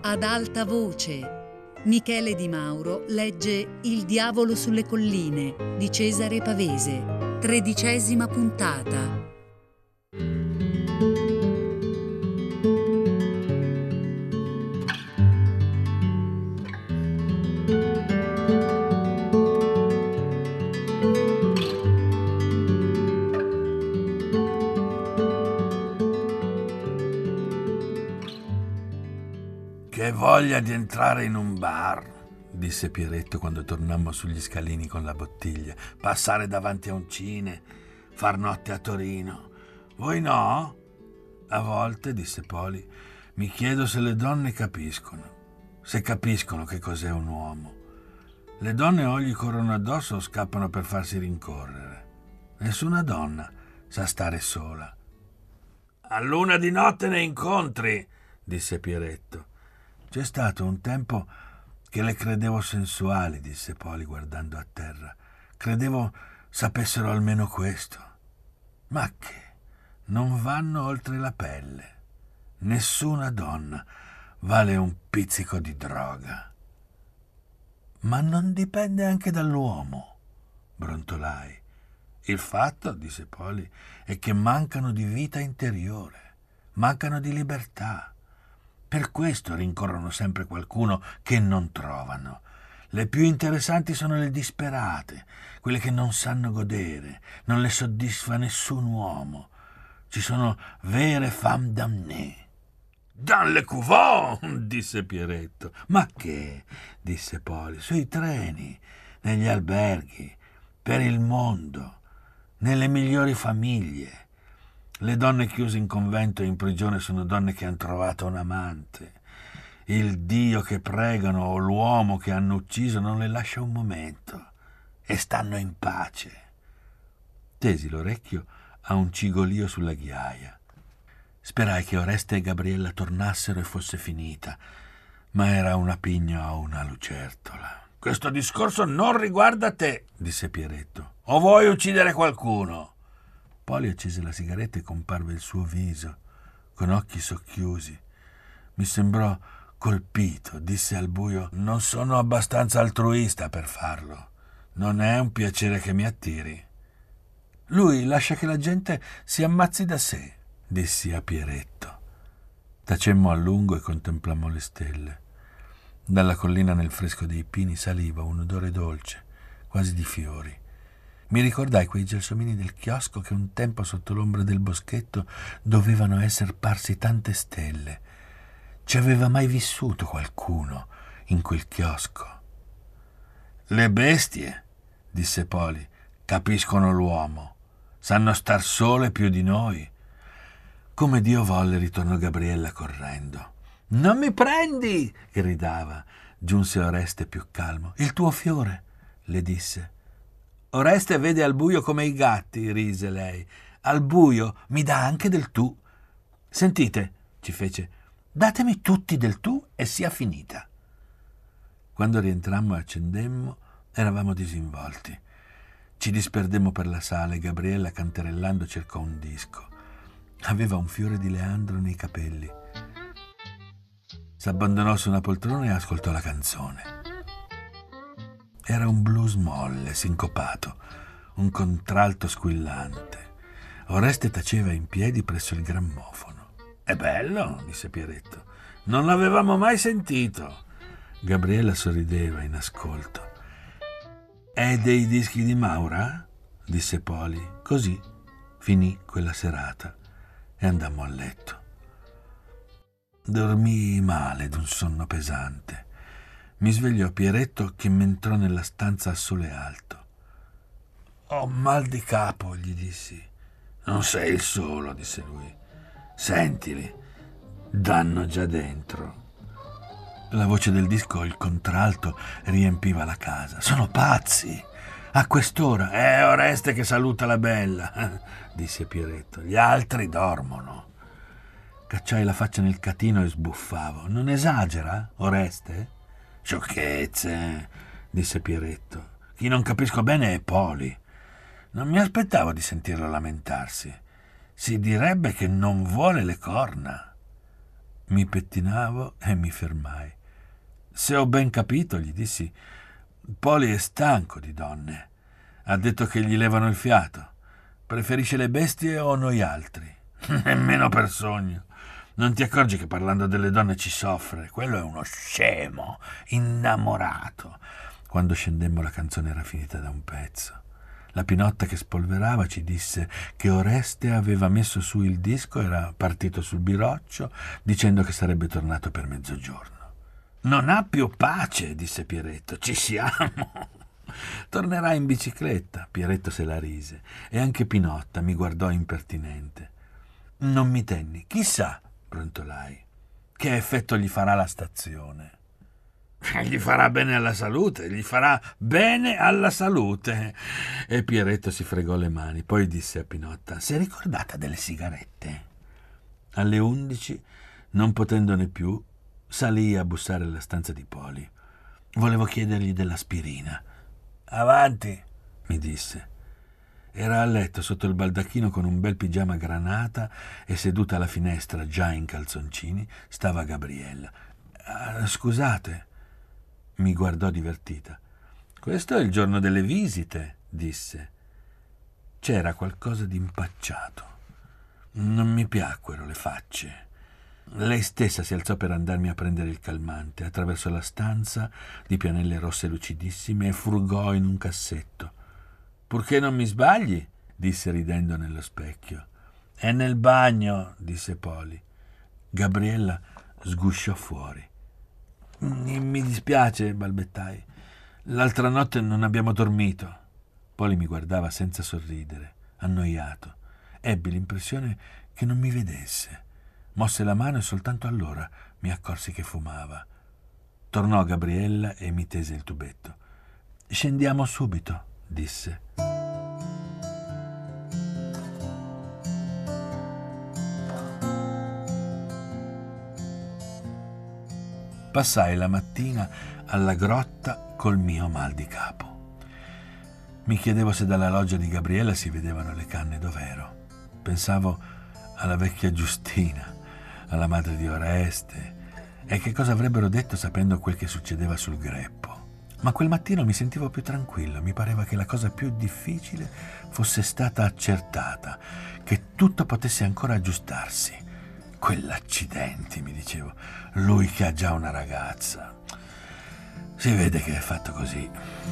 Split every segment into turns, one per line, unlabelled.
ad alta voce. Michele Di Mauro legge Il diavolo sulle colline di Cesare Pavese, 13ª puntata.
Che voglia di entrare in un bar, disse Pieretto quando tornammo sugli scalini con la bottiglia. Passare davanti a un cine, far notte a Torino. Voi no? A volte, disse Poli, mi chiedo se le donne capiscono. Se capiscono che cos'è un uomo. Le donne o gli corrono addosso o scappano per farsi rincorrere. Nessuna donna sa stare sola. A luna di notte ne incontri, disse Pieretto. C'è stato un tempo che le credevo sensuali, disse Poli guardando a terra. Credevo sapessero almeno questo. Ma che? Non vanno oltre la pelle. Nessuna donna vale un pizzico di droga. Ma non dipende anche dall'uomo, brontolai. Il fatto, disse Poli, è che mancano di vita interiore, mancano di libertà. Per questo rincorrono sempre qualcuno che non trovano. Le più interessanti sono le disperate, quelle che non sanno godere, non le soddisfa nessun uomo. Ci sono vere femme damnée. Dans le couvent, disse Pieretto. Ma che? Disse Poli. Sui treni, negli alberghi, per il mondo, nelle migliori famiglie. Le donne chiuse in convento e in prigione sono donne che hanno trovato un amante. Il Dio che pregano o l'uomo che hanno ucciso non le lascia un momento e stanno in pace. Tesi l'orecchio a un cigolio sulla ghiaia. Sperai che Oreste e Gabriella tornassero e fosse finita, ma era una pigna o una lucertola. Questo discorso non riguarda te, disse Pieretto. O vuoi uccidere qualcuno? Poli accese la sigaretta e comparve il suo viso, con occhi socchiusi. Mi sembrò colpito, disse al buio: non sono abbastanza altruista per farlo. Non è un piacere che mi attiri. Lui lascia che la gente si ammazzi da sé, dissi a Pieretto. Tacemmo a lungo e contemplammo le stelle. Dalla collina nel fresco dei pini saliva un odore dolce, quasi di fiori. Mi ricordai quei gelsomini del chiosco che un tempo sotto l'ombra del boschetto dovevano esser parsi tante stelle. Ci aveva mai vissuto qualcuno in quel chiosco? Le bestie, disse Poli, capiscono l'uomo. Sanno star sole più di noi. Come Dio volle, ritornò Gabriella correndo. Non mi prendi, gridava. Giunse Oreste più calmo. Il tuo fiore, le disse. Oreste vede al buio come i gatti, rise lei. Al buio mi dà anche del tu. Sentite, ci fece, datemi tutti del tu e sia finita. Quando rientrammo e accendemmo, eravamo disinvolti. Ci disperdemmo per la sala e Gabriella, canterellando, cercò un disco. Aveva un fiore di Leandro nei capelli. S'abbandonò su una poltrona e ascoltò la canzone. Era un blues molle, sincopato, un contralto squillante. Oreste taceva in piedi presso il grammofono. È bello, disse Pieretto. Non l'avevamo mai sentito. Gabriella sorrideva in ascolto. È dei dischi di Maura? Disse Poli. Così finì quella serata e andammo a letto. Dormii male d'un sonno pesante. Mi svegliò Pieretto che m'entrò nella stanza a sole alto. Ho mal di capo, gli dissi. Non sei il solo, disse lui. Sentili, danno già dentro. La voce del disco, il contralto, riempiva la casa. Sono pazzi! A quest'ora è Oreste che saluta la bella, disse Pieretto. Gli altri dormono. Cacciai la faccia nel catino e sbuffavo. Non esagera, Oreste? Sciocchezze, disse Pieretto. Chi non capisco bene è Poli. Non mi aspettavo di sentirlo lamentarsi. Si direbbe che non vuole le corna. Mi pettinavo e mi fermai. Se ho ben capito, gli dissi, Poli è stanco di donne. Ha detto che gli levano il fiato. Preferisce le bestie o noi altri? Nemmeno per sogno. Non ti accorgi che parlando delle donne ci soffre? Quello è uno scemo, innamorato. Quando scendemmo la canzone era finita da un pezzo. La Pinotta che spolverava ci disse che Oreste aveva messo su il disco, era partito sul biroccio dicendo che sarebbe tornato per mezzogiorno. Non ha più pace, disse Pieretto. Ci siamo. Tornerà in bicicletta. Pieretto se la rise e anche Pinotta mi guardò impertinente. Non mi tenni. Chissà, brontolai, che effetto gli farà la stazione. Gli farà bene alla salute, gli farà bene alla salute. E Pieretto si fregò le mani, poi disse a Pinotta, si è ricordata delle sigarette? Alle 11, non potendone più, salii a bussare alla stanza di Poli. Volevo chiedergli dell'aspirina. Avanti, mi disse. Era a letto sotto il baldacchino con un bel pigiama granata e seduta alla finestra, già in calzoncini, stava Gabriella. Scusate. Mi guardò divertita. Questo è il giorno delle visite, disse. C'era qualcosa di impacciato. Non mi piacquero le facce. Lei stessa si alzò per andarmi a prendere il calmante, attraversò la stanza di pianelle rosse lucidissime e frugò in un cassetto. Purché non mi sbagli, disse ridendo nello specchio. È nel bagno, disse Poli. Gabriella sgusciò fuori. Mi dispiace, balbettai. L'altra notte non abbiamo dormito. Poli mi guardava senza sorridere, annoiato. Ebbi l'impressione che non mi vedesse. Mosse la mano e soltanto allora mi accorsi che fumava. Tornò Gabriella e mi tese il tubetto. Scendiamo subito, disse. Passai la mattina alla grotta col mio mal di capo. Mi chiedevo se dalla loggia di Gabriella si vedevano le canne dov'ero. Pensavo alla vecchia Giustina, alla madre di Oreste, e che cosa avrebbero detto sapendo quel che succedeva sul greppo. Ma quel mattino mi sentivo più tranquillo, mi pareva che la cosa più difficile fosse stata accertata, che tutto potesse ancora aggiustarsi. Quell'accidente, mi dicevo, lui che ha già una ragazza. Si vede che è fatto così.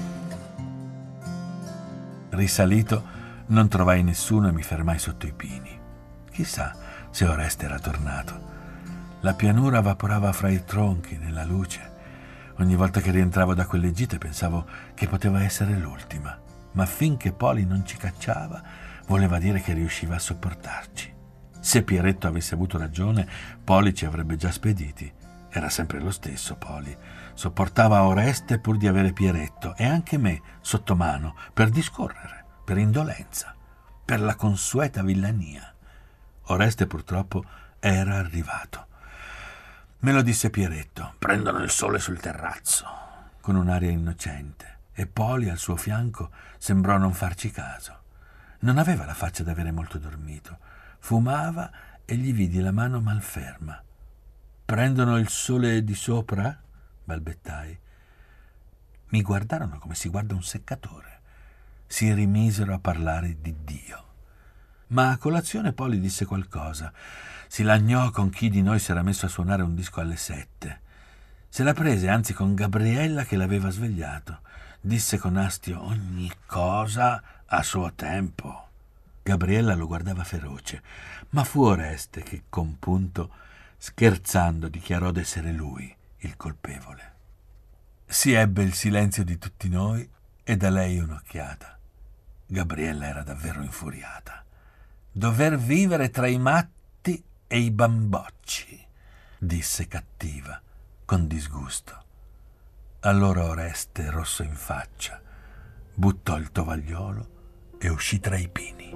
Risalito, non trovai nessuno e mi fermai sotto i pini. Chissà se Oreste era tornato. La pianura vaporava fra i tronchi, nella luce. Ogni volta che rientravo da quelle gite pensavo che poteva essere l'ultima, ma finché Poli non ci cacciava, voleva dire che riusciva a sopportarci. Se Pieretto avesse avuto ragione, Poli ci avrebbe già spediti. Era sempre lo stesso Poli. Sopportava Oreste pur di avere Pieretto e anche me sotto mano, per discorrere, per indolenza, per la consueta villania. Oreste purtroppo era arrivato. Me lo disse Pieretto. Prendono il sole sul terrazzo, con un'aria innocente, e Poli al suo fianco sembrò non farci caso. Non aveva la faccia d'avere molto dormito. Fumava e gli vidi la mano malferma. Prendono il sole di sopra? Balbettai. Mi guardarono come si guarda un seccatore. Si rimisero a parlare di Dio. Ma a colazione Poli disse qualcosa. Si lagnò con chi di noi si era messo a suonare un disco alle 7. Se la prese anzi con Gabriella che l'aveva svegliato. Disse con astio ogni cosa a suo tempo. Gabriella lo guardava feroce, ma fu Oreste che, compunto, scherzando, dichiarò d'essere lui il colpevole. Si ebbe il silenzio di tutti noi e da lei un'occhiata. Gabriella era davvero infuriata. Dover vivere tra i matti e i bambocci, disse cattiva, con disgusto. Allora Oreste, rosso in faccia, buttò il tovagliolo e uscì tra i pini.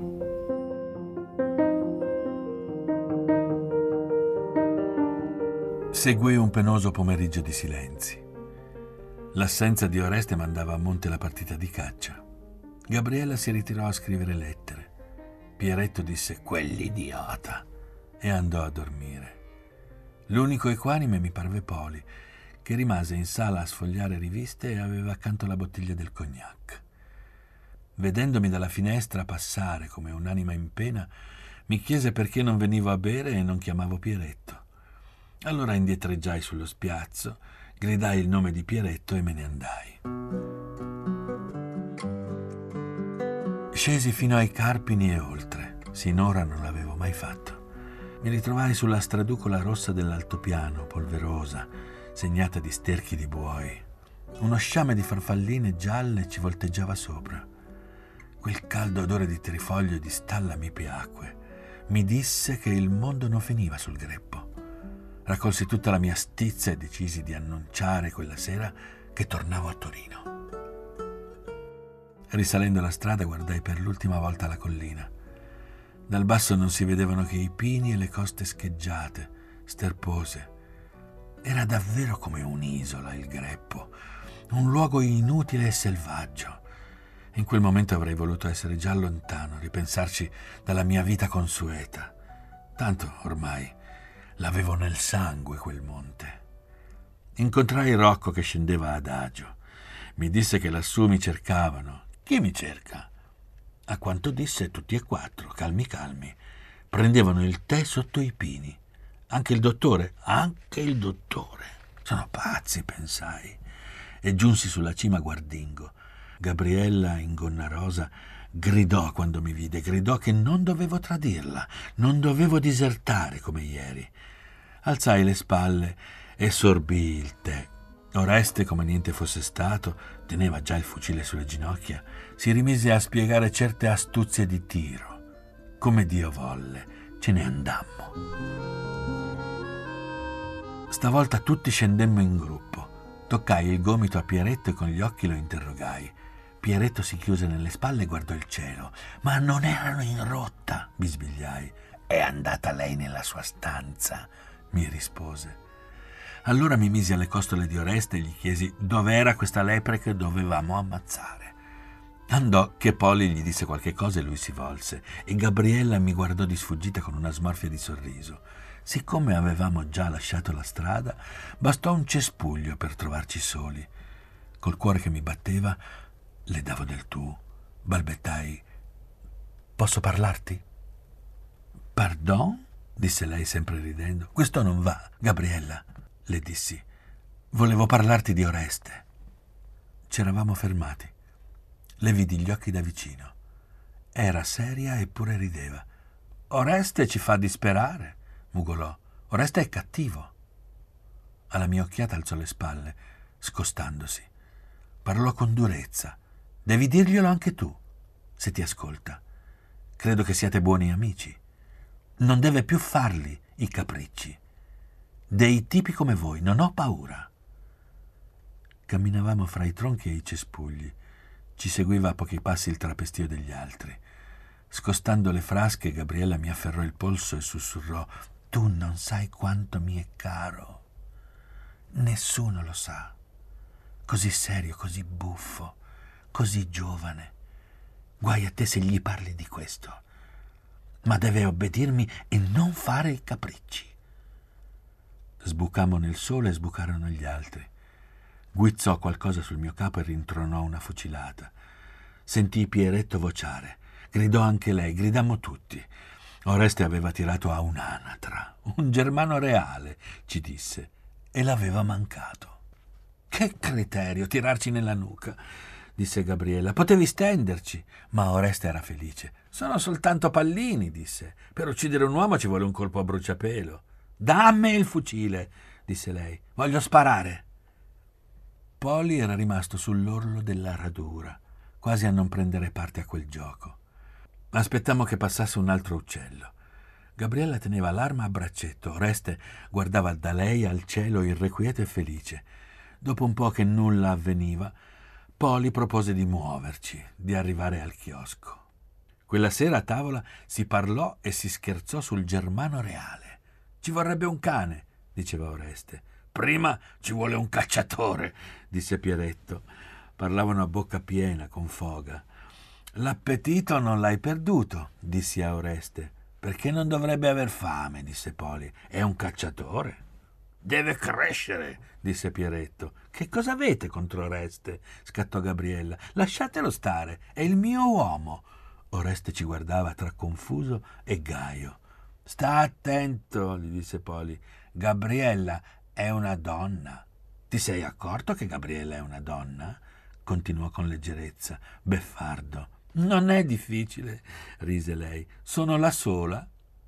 Seguì un penoso pomeriggio di silenzi. L'assenza di Oreste mandava a monte la partita di caccia. Gabriella si ritirò a scrivere lettere. Pieretto disse «quell'idiota» e andò a dormire. L'unico equanime mi parve Poli, che rimase in sala a sfogliare riviste e aveva accanto la bottiglia del cognac. Vedendomi dalla finestra passare come un'anima in pena, mi chiese perché non venivo a bere e non chiamavo Pieretto. Allora indietreggiai sullo spiazzo, gridai il nome di Pieretto e me ne andai. Scesi fino ai Carpini e oltre. Sinora non l'avevo mai fatto. Mi ritrovai sulla straducola rossa dell'altopiano, polverosa, segnata di sterchi di buoi. Uno sciame di farfalline gialle ci volteggiava sopra. Quel caldo odore di trifoglio e di stalla mi piacque. Mi disse che il mondo non finiva sul greppo. Raccolsi tutta la mia stizza e decisi di annunciare quella sera che tornavo a Torino. Risalendo la strada guardai per l'ultima volta la collina. Dal basso non si vedevano che i pini e le coste scheggiate, sterpose. Era davvero come un'isola il greppo, un luogo inutile e selvaggio. In quel momento avrei voluto essere già lontano, ripensarci dalla mia vita consueta. Tanto ormai l'avevo nel sangue quel monte. Incontrai Rocco che scendeva adagio. Mi disse che lassù mi cercavano. Chi mi cerca? A quanto disse, tutti e quattro, calmi calmi, prendevano il tè sotto i pini. Anche il dottore? Anche il dottore. Sono pazzi, pensai. E giunsi sulla cima guardingo. Gabriella, in gonna rosa, gridò quando mi vide, gridò che non dovevo tradirla, non dovevo disertare come ieri. Alzai le spalle e sorbii il tè. Oreste, come niente fosse stato, teneva già il fucile sulle ginocchia, si rimise a spiegare certe astuzie di tiro. Come Dio volle, ce ne andammo. Stavolta tutti scendemmo in gruppo. Toccai il gomito a Pieretto e con gli occhi lo interrogai. Pieretto si chiuse nelle spalle e guardò il cielo. Ma non erano in rotta, bisbigliai. È andata lei nella sua stanza, mi rispose. Allora mi misi alle costole di Oreste e gli chiesi dov'era questa lepre che dovevamo ammazzare. Andò che Poli gli disse qualche cosa e lui si volse, e Gabriella mi guardò di sfuggita con una smorfia di sorriso. Siccome avevamo già lasciato la strada, bastò un cespuglio per trovarci soli. Col cuore che mi batteva, le davo del tu. Balbettai: «Posso parlarti?» «Pardon?» disse lei sempre ridendo. «Questo non va, Gabriella», le dissi. «Volevo parlarti di Oreste». C'eravamo fermati. Le vidi gli occhi da vicino. Era seria eppure rideva. «Oreste ci fa disperare», mugolò. «Oreste è cattivo». Alla mia occhiata alzò le spalle, scostandosi. Parlò con durezza. «Devi dirglielo anche tu, se ti ascolta. Credo che siate buoni amici. Non deve più farli i capricci. Dei tipi come voi, non ho paura». Camminavamo fra i tronchi e i cespugli. Ci seguiva a pochi passi il trapestio degli altri. Scostando le frasche, Gabriella mi afferrò il polso e sussurrò: «Tu non sai quanto mi è caro. Nessuno lo sa. Così serio, così buffo, così giovane. Guai a te se gli parli di questo. Ma deve obbedirmi e non fare i capricci». Sbucammo nel sole e sbucarono gli altri. Guizzò qualcosa sul mio capo e rintronò una fucilata. Sentii Pieretto vociare. Gridò anche lei, gridammo tutti. Oreste aveva tirato a un'anatra. «Un germano reale», ci disse, e l'aveva mancato. «Che criterio, tirarci nella nuca», disse Gabriella. «Potevi stenderci». Ma Oreste era felice. «Sono soltanto pallini», disse. «Per uccidere un uomo ci vuole un colpo a bruciapelo». «Dammi il fucile», disse lei. «Voglio sparare». Poli era rimasto sull'orlo della radura, quasi a non prendere parte a quel gioco. Aspettammo che passasse un altro uccello. Gabriella teneva l'arma a braccetto. Oreste guardava da lei al cielo irrequieto e felice. Dopo un po' che nulla avveniva, Poli propose di muoverci, di arrivare al chiosco. Quella sera a tavola si parlò e si scherzò sul germano reale. «Ci vorrebbe un cane», diceva Oreste. «Prima ci vuole un cacciatore», disse Pieretto. Parlavano a bocca piena, con foga. «L'appetito non l'hai perduto», dissi a Oreste. «Perché non dovrebbe aver fame», disse Poli. «È un cacciatore». deve crescere, disse Pieretto. Che cosa avete contro Oreste? Scattò Gabriella. Lasciatelo stare, è il mio uomo. Oreste ci guardava tra confuso e gaio. Sta attento, gli disse Poli. Gabriella è una donna. Ti sei accorto che Gabriella è una donna? Continuò con leggerezza, beffardo. Non è difficile, rise lei. Sono la sola.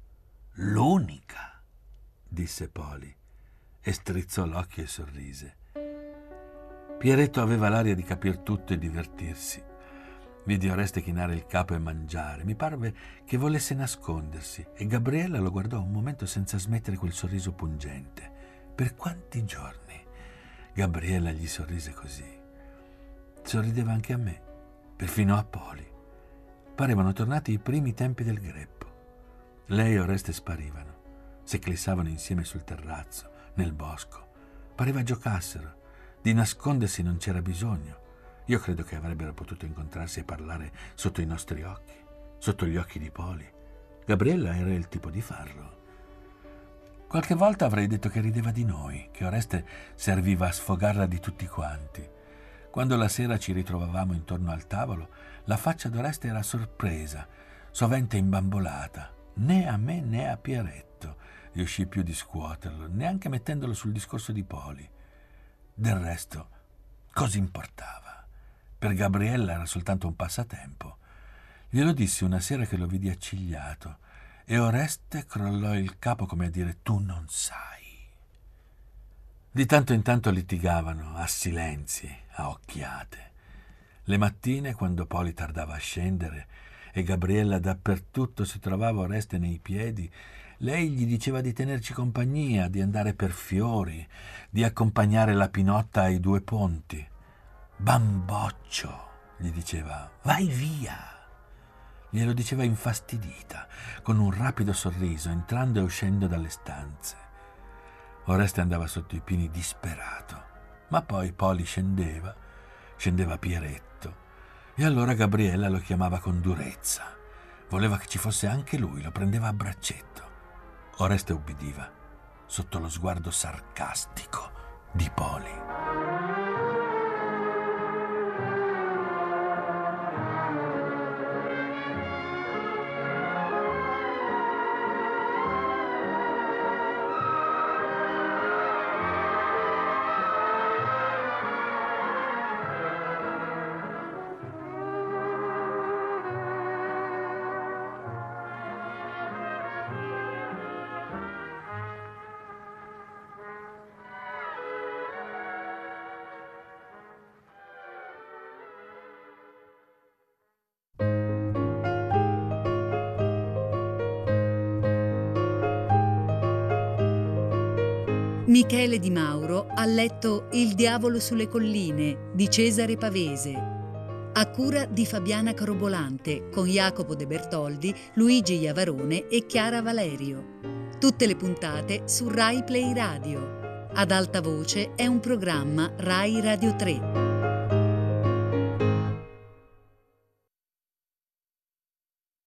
L'unica, disse Poli, e strizzò l'occhio e sorrise. Pieretto aveva l'aria di capir tutto e divertirsi. Vidi Oreste chinare il capo e mangiare. Mi parve che volesse nascondersi e Gabriella lo guardò un momento senza smettere quel sorriso pungente. Per quanti giorni Gabriella gli sorrise così? Sorrideva anche a me, perfino a Poli. Parevano tornati i primi tempi del greppo. Lei e Oreste sparivano, s'eclissavano insieme sul terrazzo, nel bosco. Pareva giocassero. Di nascondersi non c'era bisogno. Io credo che avrebbero potuto incontrarsi e parlare sotto i nostri occhi, sotto gli occhi di Poli. Gabriella era il tipo di farlo. Qualche volta avrei detto che rideva di noi, che Oreste serviva a sfogarla di tutti quanti. Quando la sera ci ritrovavamo intorno al tavolo, la faccia d'Oreste era sorpresa, sovente imbambolata. Né a me né a Pieretto riuscì più di scuoterlo, neanche mettendolo sul discorso di Poli. Del resto, cosa importava? Per Gabriella era soltanto un passatempo. Glielo dissi una sera che lo vidi accigliato e Oreste crollò il capo come a dire «Tu non sai». Di tanto in tanto litigavano, a silenzi, a occhiate. Le mattine, quando Poli tardava a scendere e Gabriella dappertutto si trovava Oreste nei piedi, lei gli diceva di tenerci compagnia, di andare per fiori, di accompagnare la Pinotta ai due ponti. «Bamboccio», gli diceva, «vai via». Glielo diceva infastidita, con un rapido sorriso, entrando e uscendo dalle stanze. Oreste andava sotto i pini disperato, ma poi Poli scendeva Pieretto, e allora Gabriella lo chiamava con durezza. Voleva che ci fosse anche lui, lo prendeva a braccetto. Oreste ubbidiva, sotto lo sguardo sarcastico di Poli.
Michele Di Mauro ha letto Il diavolo sulle colline di Cesare Pavese, a cura di Fabiana Carobolante, con Jacopo De Bertoldi, Luigi Iavarone e Chiara Valerio. Tutte le puntate su Rai Play Radio. Ad alta voce è un programma Rai Radio 3.